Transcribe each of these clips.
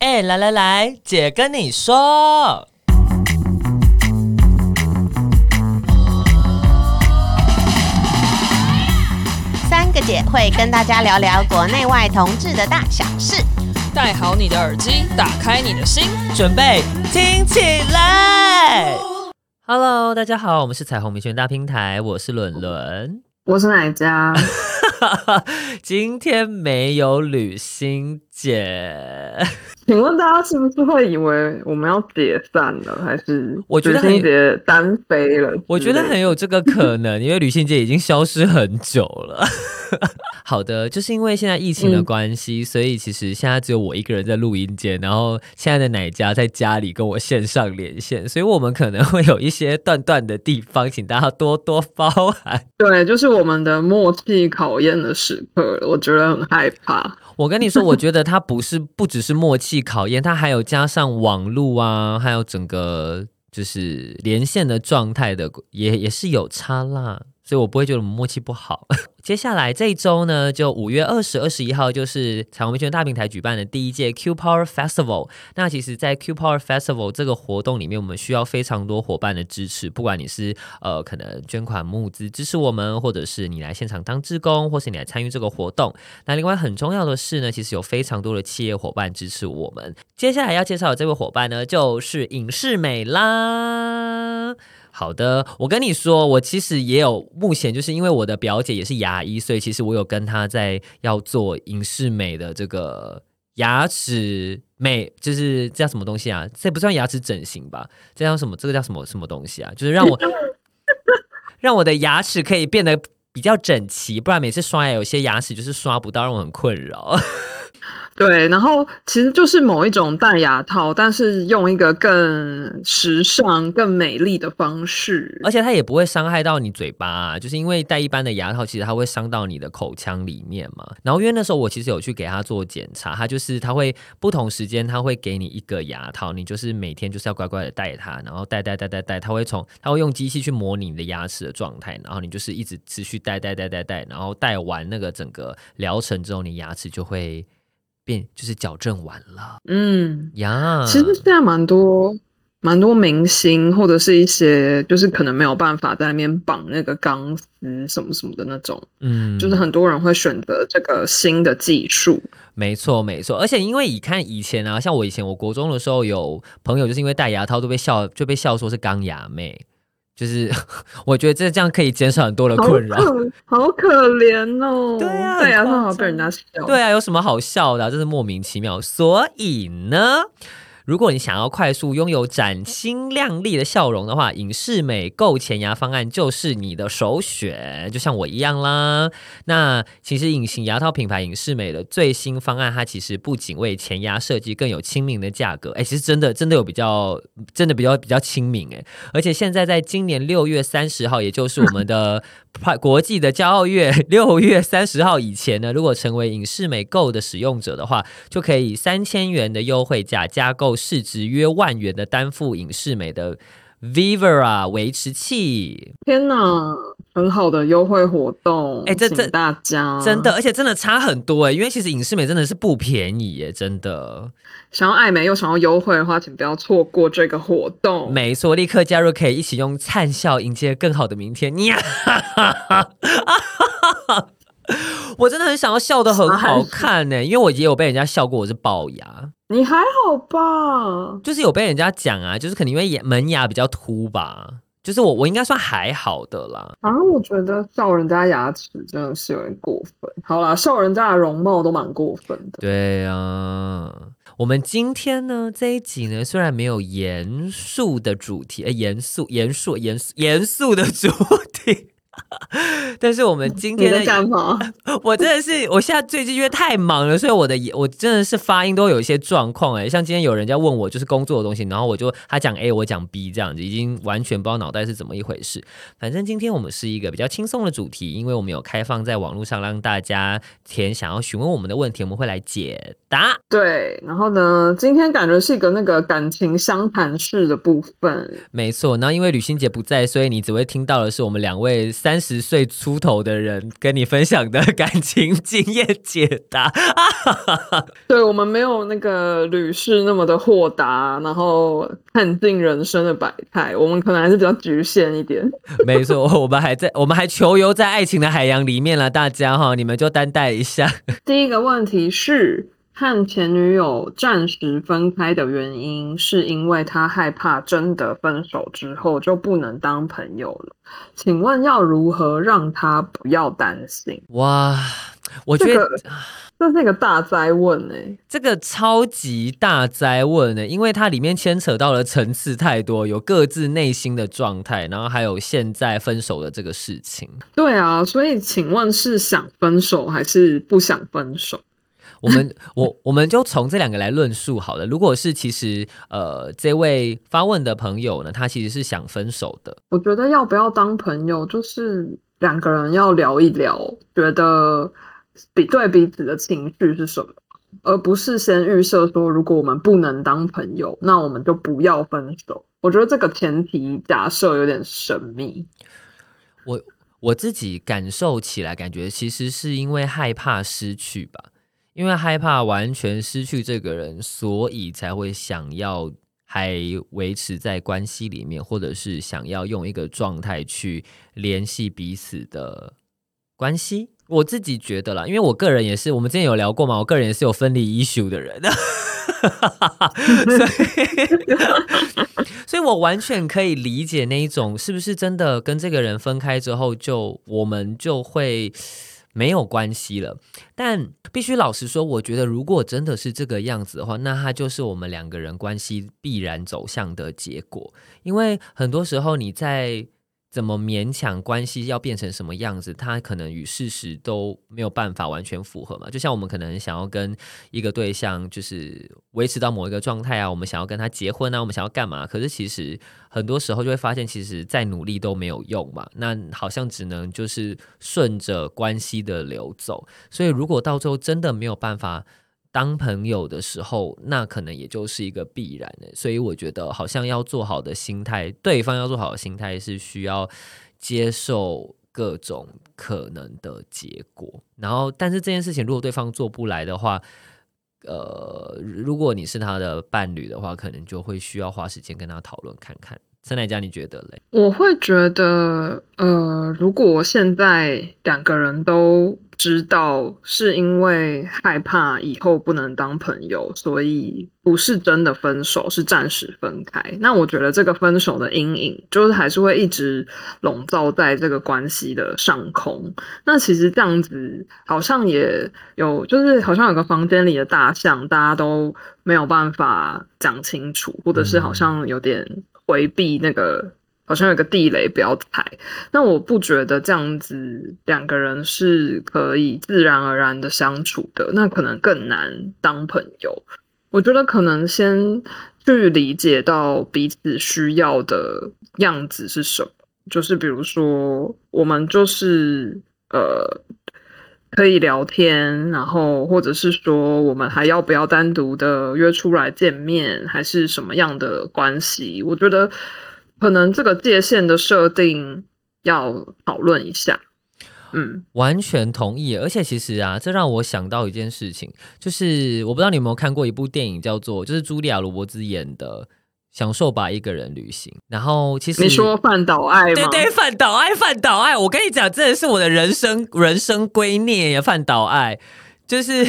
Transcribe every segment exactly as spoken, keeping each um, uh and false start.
哎、欸，来来来，姐跟你说， 三个姐会跟大家聊聊国内外同志的大小事。 戴好你的耳机，打开你的心， 准备听起来。Hello， 大家好，我们是彩虹民权大平台，我是伦伦， 我是哪家？ 今天没有吕欣姐。 请问大家是不是会以为我们要解散了，还是我觉得吕欣姐单飞了？ 我觉得很有这个可能，因为吕欣姐已经消失很久了。好的，就是因为现在疫情的关系、嗯、所以其实现在只有我一个人在录音间，然后现在的奶家在家里跟我线上连线，所以我们可能会有一些断断的地方，请大家多多包涵。 对，就是我们的默契考验的时刻，我觉得很害怕。 我跟你说，我觉得它不是不只是默契考验，它还有加上网路啊，还有整个就是连线的状态的，也也是有差啦。所以我不会觉得我们默契不好。接下来这一周呢，就五月二十、二十一号，就是彩虹民权大平台举办的第一届 Q Power Festival。那其实，在 Q Power Festival 这个活动里面，我们需要非常多伙伴的支持，不管你是呃可能捐款募资支持我们，或者是你来现场当志工，或是你来参与这个活动。那另外很重要的是呢，其实有非常多的企业伙伴支持我们。接下来要介绍的这位伙伴呢，就是影视美啦。好的，我跟你说，我其实也有目前就是因为我的表姐也是牙医，所以其实我有跟她在要做影视美的这个牙齿美，就是这叫什么东西啊？这不算牙齿整形吧？这叫什么？这个叫什么什么东西啊？就是让我让我的牙齿可以变得比较整齐，不然每次刷牙有些牙齿就是刷不到，让我很困扰。 对，然后其实就是某一种戴牙套，但是用一个更时尚、更美丽的方式， 而且它也不会伤害到你嘴巴啊，就是因为戴一般的牙套，其实它会伤到你的口腔里面嘛。然后因为那时候我其实有去给他做检查，他就是他会不同时间他会给你一个牙套，你就是每天就是要乖乖的戴它，然后戴戴戴戴戴，他会从他会用机器去模拟你的牙齿的状态，然后你就是一直持续戴戴戴戴戴，然后戴完那个整个疗程之后，你牙齿就会变就是矫正完了。嗯呀， 其实现在蛮多蛮多明星或者是一些就是可能没有办法在那边绑那个钢丝什么什么的那种，嗯，就是很多人会选择这个新的技术。 没错没错，而且因为你看以前啊，像我以前我国中的时候有朋友就是因为戴牙套都被笑就被笑说是钢牙妹。就是我觉得这这样可以减少很多的困扰， 好可好可怜哦。 对啊， 戴牙套好被人家笑。 对啊，有什么好笑的啊？这是莫名其妙。所以呢，如果你想要快速拥有崭新亮丽的笑容的话，影视美购前牙方案就是你的首选，就像我一样啦。那其实隐形牙套品牌影视美的最新方案，它其实不仅为前牙设计更有亲民的价格，哎，其实真的真的有比较真的比较比较亲民哎，而且现在在今年六月三十号，也就是我们的国际的骄傲月六月三十号以前呢，如果成为影视美购的使用者的话，就可以三千元的优惠价加购市值约万元的单副影视美的 Vivera 维持器。 天哪，很好的优惠活动，哎，这这大家真的，而且真的差很多哎，因为其实影视美真的是不便宜耶，真的。 想要爱美又想要优惠的话，请不要错过这个活动。 没错，立刻加入，可以一起用灿笑迎接更好的明天。我真的很想要笑得很好看呢，因为我也有被人家笑过我是龅牙。 你还好吧？ 就是有被人家讲啊，就是可能因为门牙比较凸吧，就是我我应该算还好的啦。 啊，我觉得笑人家牙齿真的是有点过分。好啦，笑人家的容貌都蛮过分的。 对啊，我们今天呢这一集呢，虽然没有严肃的主题，呃，严肃严肃严肃严肃的主题。但是我们今天你在干嘛？ 我真的是，我现在最近因为太忙了，所以我的我真的是发音都有一些状况哎。像今天有人在问我就是工作的东西，然后我就他讲 A 我讲 B 这样子，已经完全不知道脑袋是怎么一回事。反正今天我们是一个比较轻松的主题，因为我们有开放在网络上让大家填想要询问我们的问题，我们会来解答。 对，然后呢，今天感觉是一个那个感情相谈式的部分。 没错，然后因为吕欣姐不在，所以你只会听到的是我们两位三十岁出头的人跟你分享的感情经验解答。 对，我们没有那个吕氏那么的豁达，然后看尽人生的百态，我们可能还是比较局限一点。 没错，我们还在，我们还求游在爱情的海洋里面了，大家哈，你们就担待一下。 第一个问题是，和前女友暂时分开的原因是因为他害怕真的分手之后就不能当朋友了，请问要如何让他不要担心？ 哇，我觉得、 这个、这是一个大哉问欸， 这个超级大哉问欸，因为它里面牵扯到了层次太多，有各自内心的状态，然后还有现在分手的这个事情。 对啊，所以请问是想分手还是不想分手？ 我们我我们就从这两个来论述好了。如果是其实呃这位发问的朋友呢，他其实是想分手的。 我觉得要不要当朋友，就是两个人要聊一聊，觉得比对彼此的情绪是什么，而不是先预设说如果我们不能当朋友，那我们就不要分手。我觉得这个前提假设有点神秘。 我我自己感受起来，感觉其实是因为害怕失去吧。因为害怕完全失去这个人，所以才会想要还维持在关系里面，或者是想要用一个状态去联系彼此的关系。我自己觉得啦，因为我个人也是，我们之前有聊过嘛，我个人也是有分离 issue 的人所以, 所以我完全可以理解那一种是不是真的跟这个人分开之后就我们就会没有关系了。但必须老实说，我觉得如果真的是这个样子的话，那它就是我们两个人关系必然走向的结果。因为很多时候你在怎么勉强关系要变成什么样子，它可能与事实都没有办法完全符合嘛。就像我们可能想要跟一个对象就是维持到某一个状态啊，我们想要跟他结婚啊，我们想要干嘛，可是其实很多时候就会发现其实再努力都没有用嘛，那好像只能就是顺着关系的流走。所以如果到最后真的没有办法当朋友的时候，那可能也就是一个必然的。所以我觉得好像要做好的心态，对方要做好的心态是需要接受各种可能的结果。然后但是这件事情如果对方做不来的话，呃，如果你是他的伴侣的话，可能就会需要花时间跟他讨论看看。陈乃佳你觉得嘞？ 我会觉得呃，如果现在两个人都知道是因为害怕以后不能当朋友，所以不是真的分手，是暂时分开，那我觉得这个分手的阴影就是还是会一直笼罩在这个关系的上空。那其实这样子好像也有，就是好像有个房间里的大象，大家都没有办法讲清楚，或者是好像有点回避那个，好像有个地雷不要踩。那我不觉得这样子两个人是可以自然而然的相处的，那可能更难当朋友。我觉得可能先去理解到彼此需要的样子是什么，就是比如说我们就是呃可以聊天，然后或者是说我们还要不要单独的约出来见面，还是什么样的关系。我觉得可能这个界限的设定要讨论一下。嗯， 完全同意。而且其实啊，这让我想到一件事情，就是我不知道你有没有看过一部电影，叫做就是茱莉亚·罗伯兹演的享受吧一个人旅行。然后其实你说范岛爱吗？ 对对，范岛爱，范岛爱，我跟你讲，真的是我的人生人生圭臬耶，范岛爱就是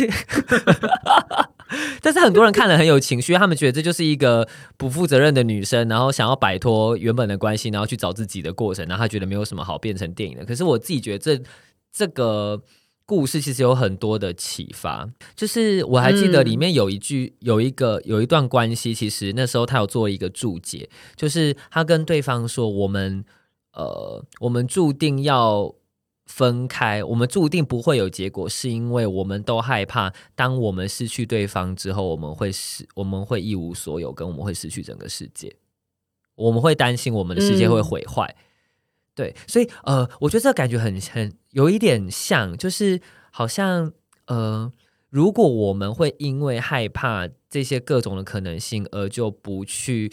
但是很多人看了很有情绪，他们觉得这就是一个不负责任的女生，然后想要摆脱原本的关系，然后去找自己的过程，然后他觉得没有什么好变成电影的。可是我自己觉得这这个故事其实有很多的启发，就是我还记得里面有一句、嗯、有一个有一段关系，其实那时候他有做一个注解，就是他跟对方说，我们呃我们注定要分开，我们注定不会有结果，是因为我们都害怕当我们失去对方之后，我们会失我们会一无所有，跟我们会失去整个世界，我们会担心我们的世界会毁坏、嗯、对，所以呃我觉得这个感觉很很有一点像，就是好像呃如果我们会因为害怕这些各种的可能性而就不去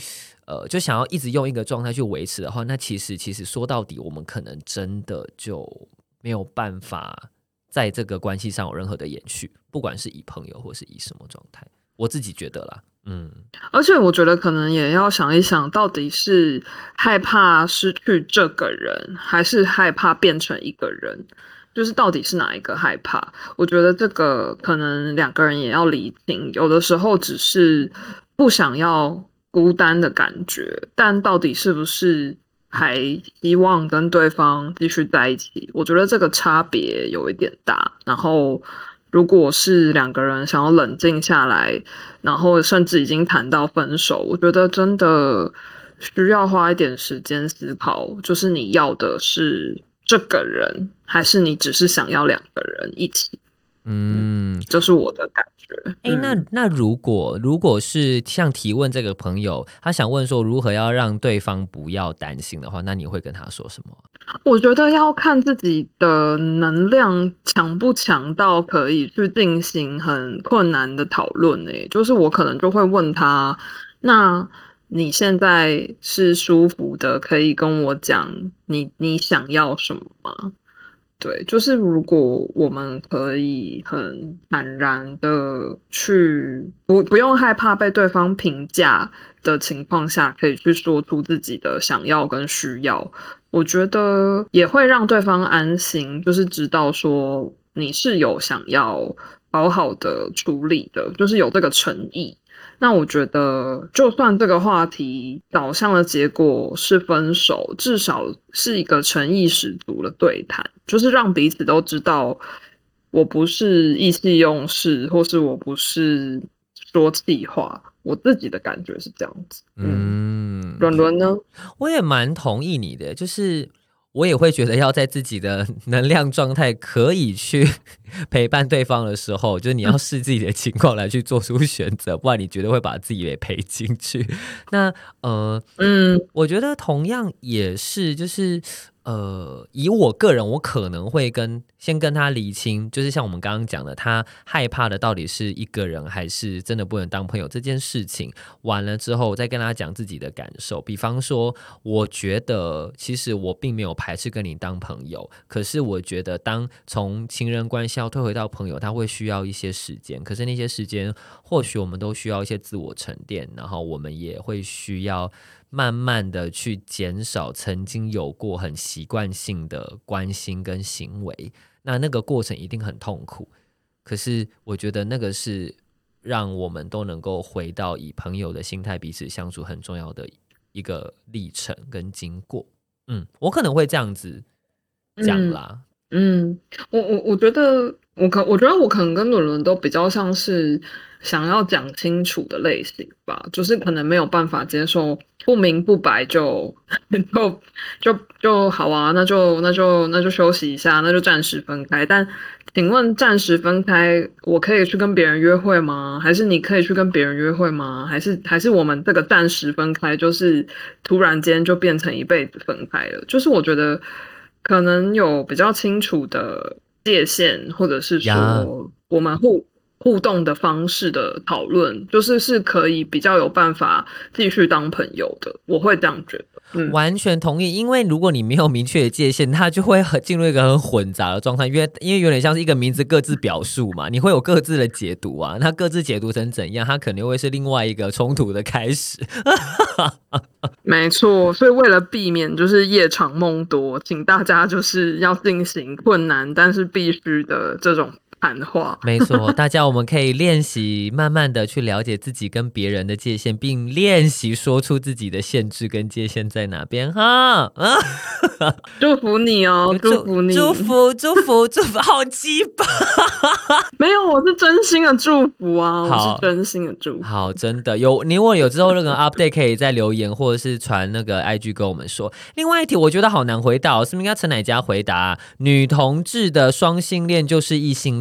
呃，就想要一直用一个状态去维持的话，那其实其实说到底，我们可能真的就没有办法在这个关系上有任何的延续，不管是以朋友或是以什么状态，我自己觉得啦。嗯， 而且我觉得可能也要想一想，到底是害怕失去这个人，还是害怕变成一个人，就是到底是哪一个害怕？我觉得这个可能两个人也要理清，有的时候只是不想要孤单的感觉，但到底是不是还希望跟对方继续在一起？我觉得这个差别有一点大，然后如果是两个人想要冷静下来，然后甚至已经谈到分手，我觉得真的需要花一点时间思考，就是你要的是这个人，还是你只是想要两个人一起？嗯，这是我的感觉。 哎、那那如果如果是像提问这个朋友，他想问说如何要让对方不要担心的话，那你会跟他说什么？ 我觉得要看自己的能量强不强到可以去进行很困难的讨论诶，就是我可能就会问他，那你现在是舒服的，可以跟我讲你你想要什么吗？对，就是如果我们可以很坦然的去不不用害怕被对方评价的情况下，可以去说出自己的想要跟需要，我觉得也会让对方安心，就是知道说你是有想要好好的处理的，就是有这个诚意。那我觉得就算这个话题导向的结果是分手，至少是一个诚意十足的对谈，就是让彼此都知道我不是意气用事，或是我不是说气话，我自己的感觉是这样子。嗯，伦伦呢？ 我也蛮同意你的，就是我也会觉得要在自己的能量状态可以去陪伴对方的时候，就是你要视自己的情况来去做出选择，不然你绝对会把自己给陪进去。那呃，嗯，我觉得同样也是，就是呃，以我个人，我可能会跟先跟他厘清，就是像我们刚刚讲的，他害怕的到底是一个人，还是真的不能当朋友这件事情。完了之后，再跟他讲自己的感受。比方说，我觉得其实我并没有排斥跟你当朋友，可是我觉得当从情人关系要退回到朋友，他会需要一些时间。可是那些时间，或许我们都需要一些自我沉淀，然后我们也会需要慢慢的去减少曾经有过很习惯性的关心跟行为，那那个过程一定很痛苦，可是我觉得那个是让我们都能够回到以朋友的心态彼此相处很重要的一个历程跟经过。嗯，我可能会这样子讲啦。 嗯，嗯我我我觉得我可我觉得我可能跟伦伦都比较像是想要讲清楚的类型吧，就是可能没有办法接受不明不白就就就就好啊，那就那就那就休息一下，那就暂时分开。但请问暂时分开，我可以去跟别人约会吗？还是你可以去跟别人约会吗？还是还是我们这个暂时分开，就是突然间就变成一辈子分开了？就是我觉得可能有比较清楚的界限，或者是说我们互互动的方式的讨论，就是是可以比较有办法继续当朋友的，我会这样觉得。嗯， 完全同意，因为如果你没有明确的界限，它就会很进入一个很混杂的状态，因为因为有点像是一个名字各自表述嘛，你会有各自的解读啊，那各自解读成怎样，它可能会是另外一个冲突的开始。 没错，所以为了避免就是夜长梦多，请大家就是要进行困难但是必须的这种谈话。 没错，大家我们可以练习慢慢的去了解自己跟别人的界限，并练习说出自己的限制跟界限在哪边哈。 祝福你哦，祝福你， 祝福祝福祝福，好鸡巴！ 没有，我是真心的祝福啊，我是真心的祝福。 好，真的有，你如果有之后那个 update 可以再留言或者是传那个 I G 跟我们说。另外一题我觉得好难回答、哦，是不是应该陈乃佳回答、啊？女同志的双性恋就是异性恋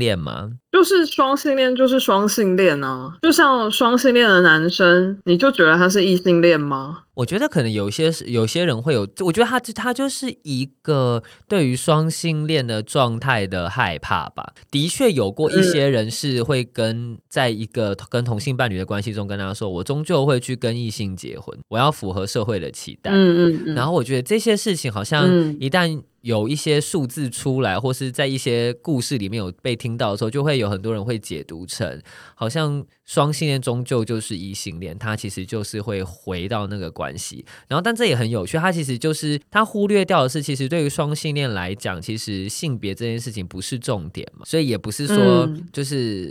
恋吗？ 就是双性恋就是双性恋啊，就像双性恋的男生，你就觉得他是异性恋吗？ 我觉得可能有些有些人会有，我觉得他他就是一个对于双性恋的状态的害怕吧。的确有过一些人是会跟在一个跟同性伴侣的关系中跟他说，我终究会去跟异性结婚，我要符合社会的期待。嗯嗯嗯。然后我觉得这些事情好像一旦有一些数字出来，或是在一些故事里面有被听到的时候，就会有很多人会解读成好像双性恋终究就是异性恋，他其实就是会回到那个关系。然后但这也很有趣，他其实就是他忽略掉的是，其实对于双性恋来讲，其实性别这件事情不是重点嘛，所以也不是说就是、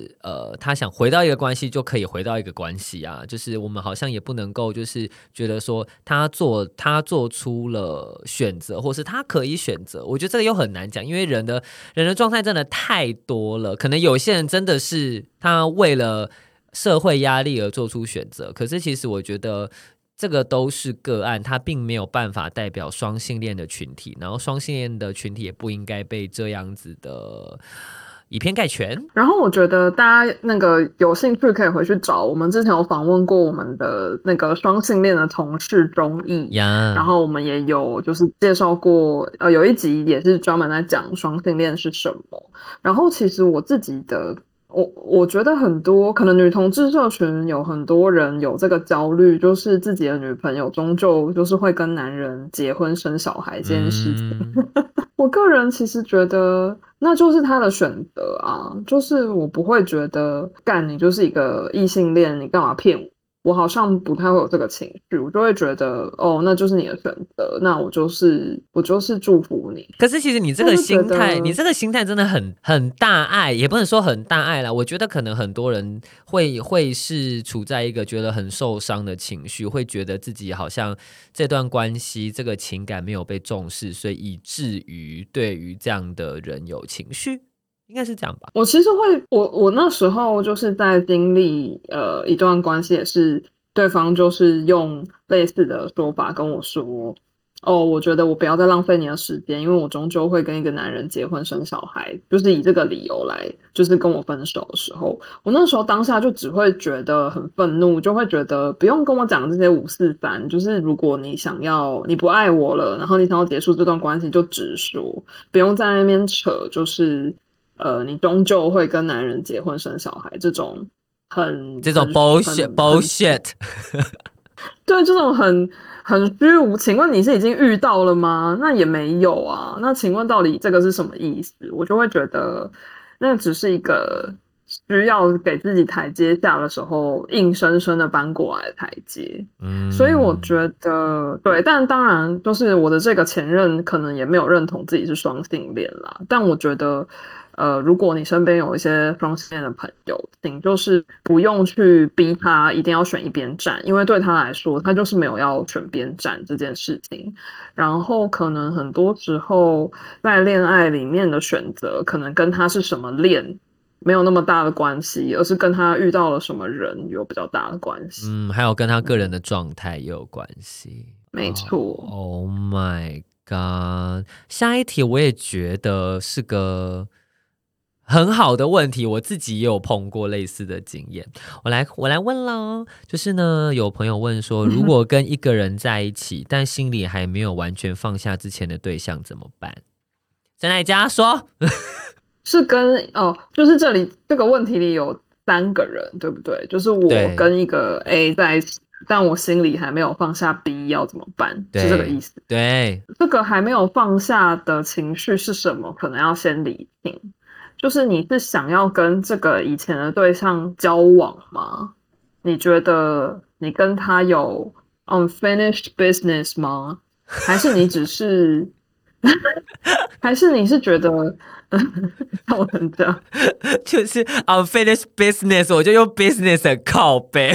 嗯、呃他想回到一个关系就可以回到一个关系啊，就是我们好像也不能够就是觉得说他做他做出了选择，或是他可以选择，我觉得这个又很难讲，因为人的人的状态真的太多了，可能有些人真的是他为了社会压力而做出选择，可是其实我觉得这个都是个案，它并没有办法代表双性恋的群体，然后双性恋的群体也不应该被这样子的以偏概全。 然后我觉得大家那个有兴趣可以回去找我们之前有访问过我们的那个双性恋的同事钟毅、yeah. 然后我们也有就是介绍过呃有一集也是专门在讲双性恋是什么。然后其实我自己的我我觉得很多可能女同志社群有很多人有这个焦虑，就是自己的女朋友终究就是会跟男人结婚生小孩这件事情、嗯、我个人其实觉得那就是他的选择啊，就是我不会觉得干你就是一个异性恋你干嘛骗我，我好像不太会有这个情绪，我就会觉得哦那就是你的选择，那我就是我就是祝福你。 可是其实你这个心态你这个心态真的很很大爱，也不能说很大爱啦，我觉得可能很多人会会是处在一个觉得很受伤的情绪，会觉得自己好像这段关系这个情感没有被重视，所以以至于对于这样的人有情绪，应该是这样吧。 我其实会我我那时候就是在经历呃一段关系，也是对方就是用类似的说法跟我说，哦我觉得我不要再浪费你的时间，因为我终究会跟一个男人结婚生小孩，就是以这个理由来就是跟我分手的时候，我那时候当下就只会觉得很愤怒，就会觉得不用跟我讲这些五四三，就是如果你想要你不爱我了，然后你想要结束这段关系就直说，不用在那边扯就是呃，你终究会跟男人结婚生小孩，这种很这种 bullshit bullshit， 对，这种很很虚无。请问你是已经遇到了吗？那也没有啊。那请问到底这个是什么意思？我就会觉得那只是一个需要给自己台阶下的时候硬生生的搬过来的台阶。嗯，所以我觉得对，但当然就是我的这个前任可能也没有认同自己是双性恋啦，但我觉得呃，如果你身边有一些双性恋的朋友，请就是不用去逼他一定要选一边站，因为对他来说，他就是没有要选边站这件事情。然后可能很多时候在恋爱里面的选择，可能跟他是什么恋没有那么大的关系，而是跟他遇到了什么人有比较大的关系。 嗯，还有跟他个人的状态也有关系。 没错。 Oh, oh my god！ 下一题我也觉得是个很好的问题，我自己也有碰过类似的经验。我来我来问咯，就是呢，有朋友问说，如果跟一个人在一起，但心里还没有完全放下之前的对象怎么办？在哪家说？ 是跟哦，就是这里这个问题里有三个人，对不对？就是我跟一个 A 在一起，但我心里还没有放下 B， 要怎么办？是这个意思。 对， 这个还没有放下的情绪是什么？可能要先理清。就是你是想要跟这个以前的对象交往吗？你觉得你跟他有 unfinished business 吗？还是你只是还是你是觉得像我成这样就是 unfinished business， 我就用 business 的靠背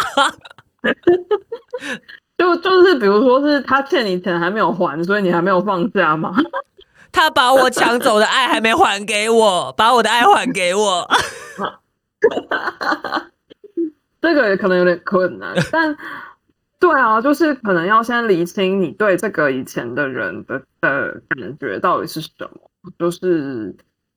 就就是比如说是他欠你钱还没有还，所以你还没有放下吗？ 他把我抢走的爱还没还给我，把我的爱还给我这个也可能有点困难，但对啊，就是可能要先厘清你对这个以前的人的的感觉到底是什么，就是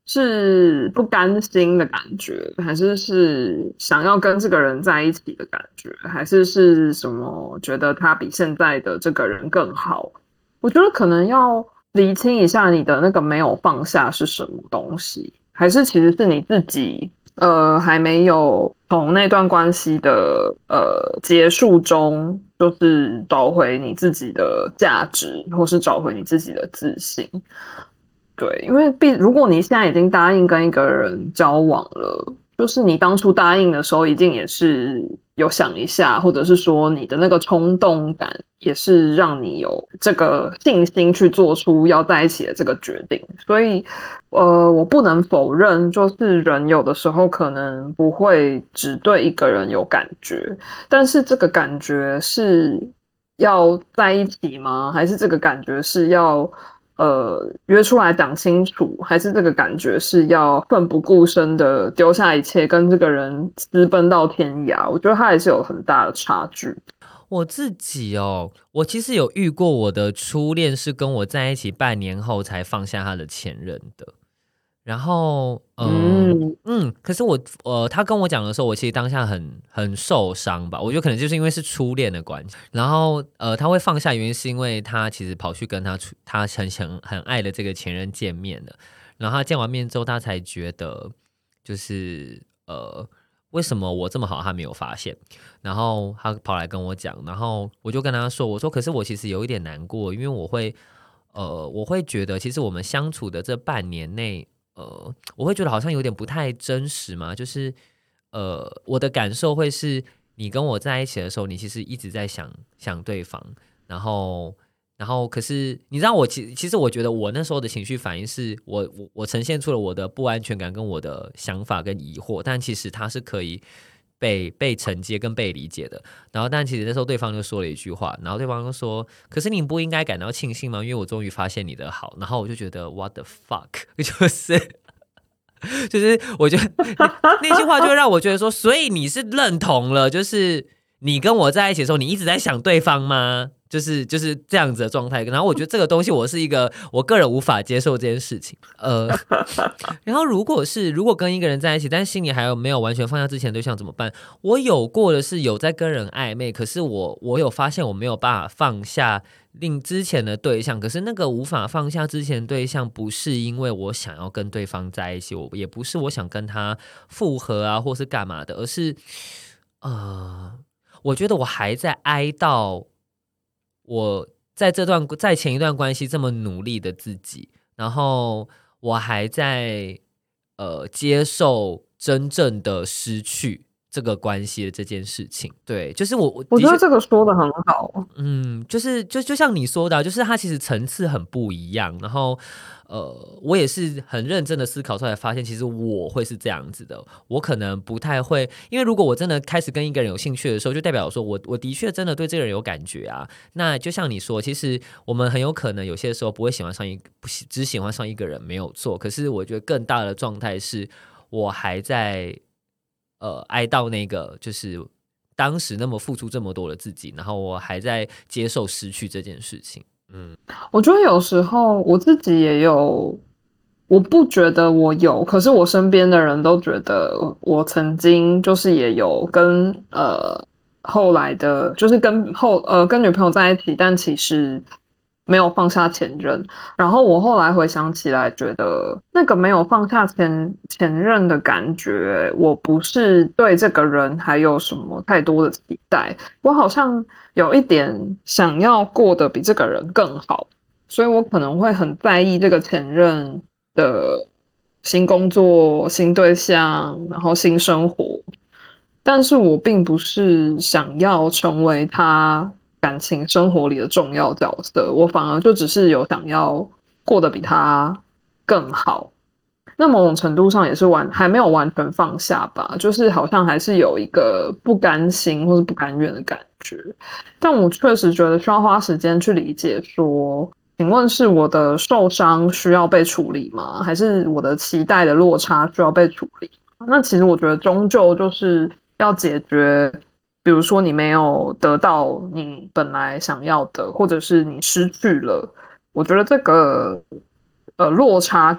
是不甘心的感觉，还是是想要跟这个人在一起的感觉，还是是什么觉得他比现在的这个人更好？我觉得可能要厘清一下你的那个没有放下是什么东西，还是其实是你自己呃还没有从那段关系的呃结束中，就是找回你自己的价值，或是找回你自己的自信。对，因为毕如果你现在已经答应跟一个人交往了，就是你当初答应的时候，一定也是有想一下，或者是说你的那个冲动感，也是让你有这个信心去做出要在一起的这个决定。所以，呃，我不能否认，就是人有的时候可能不会只对一个人有感觉，但是这个感觉是要在一起吗？还是这个感觉是要？呃，约出来讲清楚，还是这个感觉是要奋不顾身的丢下一切，跟这个人私奔到天涯？我觉得他还是有很大的差距。 我自己哦，我其实有遇过我的初恋是跟我在一起半年后才放下他的前任的。然后，呃、嗯嗯，可是我呃，他跟我讲的时候，我其实当下很很受伤吧。我觉得可能就是因为是初恋的关系，然后呃，他会放下原因是因为他其实跑去跟他他很很很爱的这个前任见面了，然后他见完面之后，他才觉得就是呃，为什么我这么好，他没有发现？然后他跑来跟我讲，然后我就跟他说，我说可是我其实有一点难过，因为我会呃，我会觉得其实我们相处的这半年内。呃，我会觉得好像有点不太真实嘛，就是呃，我的感受会是你跟我在一起的时候，你其实一直在想想对方，然后然后可是你知道我其其实我觉得我那时候的情绪反应是我我我呈现出了我的不安全感跟我的想法跟疑惑，但其实它是可以被被承接跟被理解的。然后但其实那时候对方就说了一句话，然后对方就说可是你不应该感到庆幸吗？因为我终于发现你的好。然后我就觉得 what the fuck 就是就是我觉得那句话就会让我觉得说，所以你是认同了就是你跟我在一起的时候你一直在想对方吗？就是就是这样子的状态，然后我觉得这个东西我是一个我个人无法接受这件事情，呃，然后如果是如果跟一个人在一起，但心里还有没有完全放下之前的对象怎么办？我有过的是有在跟人暧昧，可是我我有发现我没有办法放下另之前的对象，可是那个无法放下之前的对象，不是因为我想要跟对方在一起，我也不是我想跟他复合啊，或是干嘛的，而是呃，我觉得我还在哀悼。我在这段在前一段关系这么努力的自己，然后我还在呃接受真正的失去这个关系的这件事情。对，就是我我我觉得这个说的很好。 嗯，就是就就像你说的，就是它其实层次很不一样。然后呃，我也是很认真的思考出来，发现其实我会是这样子的。我可能不太会，因为如果我真的开始跟一个人有兴趣的时候，就代表说我我的确真的对这个人有感觉啊。那就像你说，其实我们很有可能有些时候不会喜欢上一只喜欢上一个人没有错，可是我觉得更大的状态是我还在呃哀悼那个就是当时那么付出这么多的自己，然后我还在接受失去这件事情。嗯， 我觉得有时候我自己也有，我不觉得我有，可是我身边的人都觉得我曾经就是也有跟呃后来的，就是跟后呃跟女朋友在一起，但其实没有放下前任。然后我后来回想起来，觉得那个没有放下前前任的感觉，我不是对这个人还有什么太多的期待，我好像有一点想要过得比这个人更好，所以我可能会很在意这个前任的新工作、新对象，然后新生活。但是我并不是想要成为他感情生活里的重要角色，我反而就只是有想要过得比他更好。那某种程度上也是完还没有完全放下吧，就是好像还是有一个不甘心或是不甘愿的感觉。但我确实觉得需要花时间去理解说，请问是我的受伤需要被处理吗？还是我的期待的落差需要被处理？那其实我觉得终究就是要解决，比如说你没有得到你本来想要的，或者是你失去了，我觉得这个呃落差感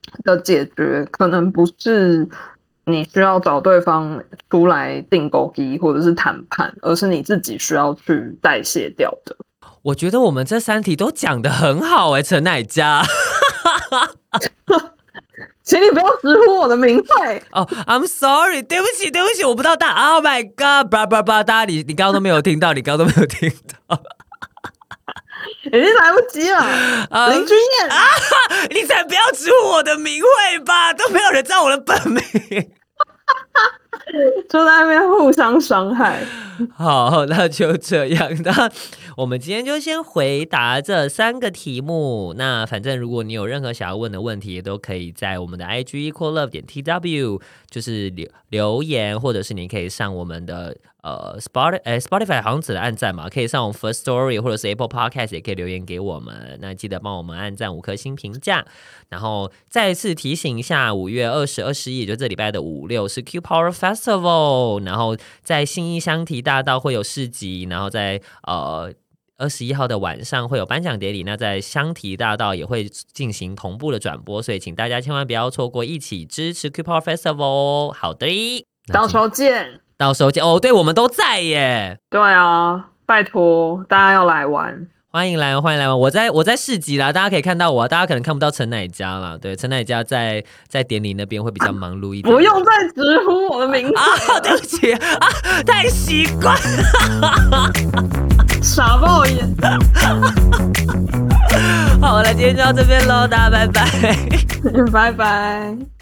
的解决，可能不是你需要找对方出来订购机或者是谈判，而是你自己需要去代谢掉的。 我觉得我们这三题都讲得很好哎、欸，陈乃佳。 请你不要直呼我的名讳哦、oh, ，I'm sorry， 对不起，对不起，我不知道大 ，Oh my God， blah blah blah， 大家你你刚刚都没有听到，你刚刚都没有听到， 已经来不及了。uh, 林君燕啊， 你才不要直呼我的名讳吧，都没有人知道我的本名， 就在那边互相伤害。 好，那就这样。那我们今天就先回答这三个题目。那反正如果你有任何想要问的问题，也都可以在我们的 I G equal love 点 T W 就是留留言，或者是你可以上我们的呃 Spotify， 哎 Spotify 好像只能按赞嘛，可以上我们 First Story 或者是 Apple Podcast 也可以留言给我们。那记得帮我们按赞五颗星评价。然后再一次提醒一下，五月二十、二十一，也就这礼拜的五六是 Q Power Festival， 然后在信义香缇大道会有市集，然后在呃。二十一号的晚上会有颁奖典礼，那在香缇大道也会进行同步的转播，所以请大家千万不要错过，一起支持 Q Power Festival。好的， 到时候见， 到时候见哦，对，我们都在耶。 对啊，拜托大家要来玩， 欢迎来，欢迎来玩。我在我在市集啦，大家可以看到我，大家可能看不到陈乃佳啦。对，陈乃佳在在典礼那边会比较忙碌一点。 不用再直呼我的名字啊，对不起啊，太习惯了。 傻爆眼。 好，那今天就到这边喽，大家拜拜， 拜拜。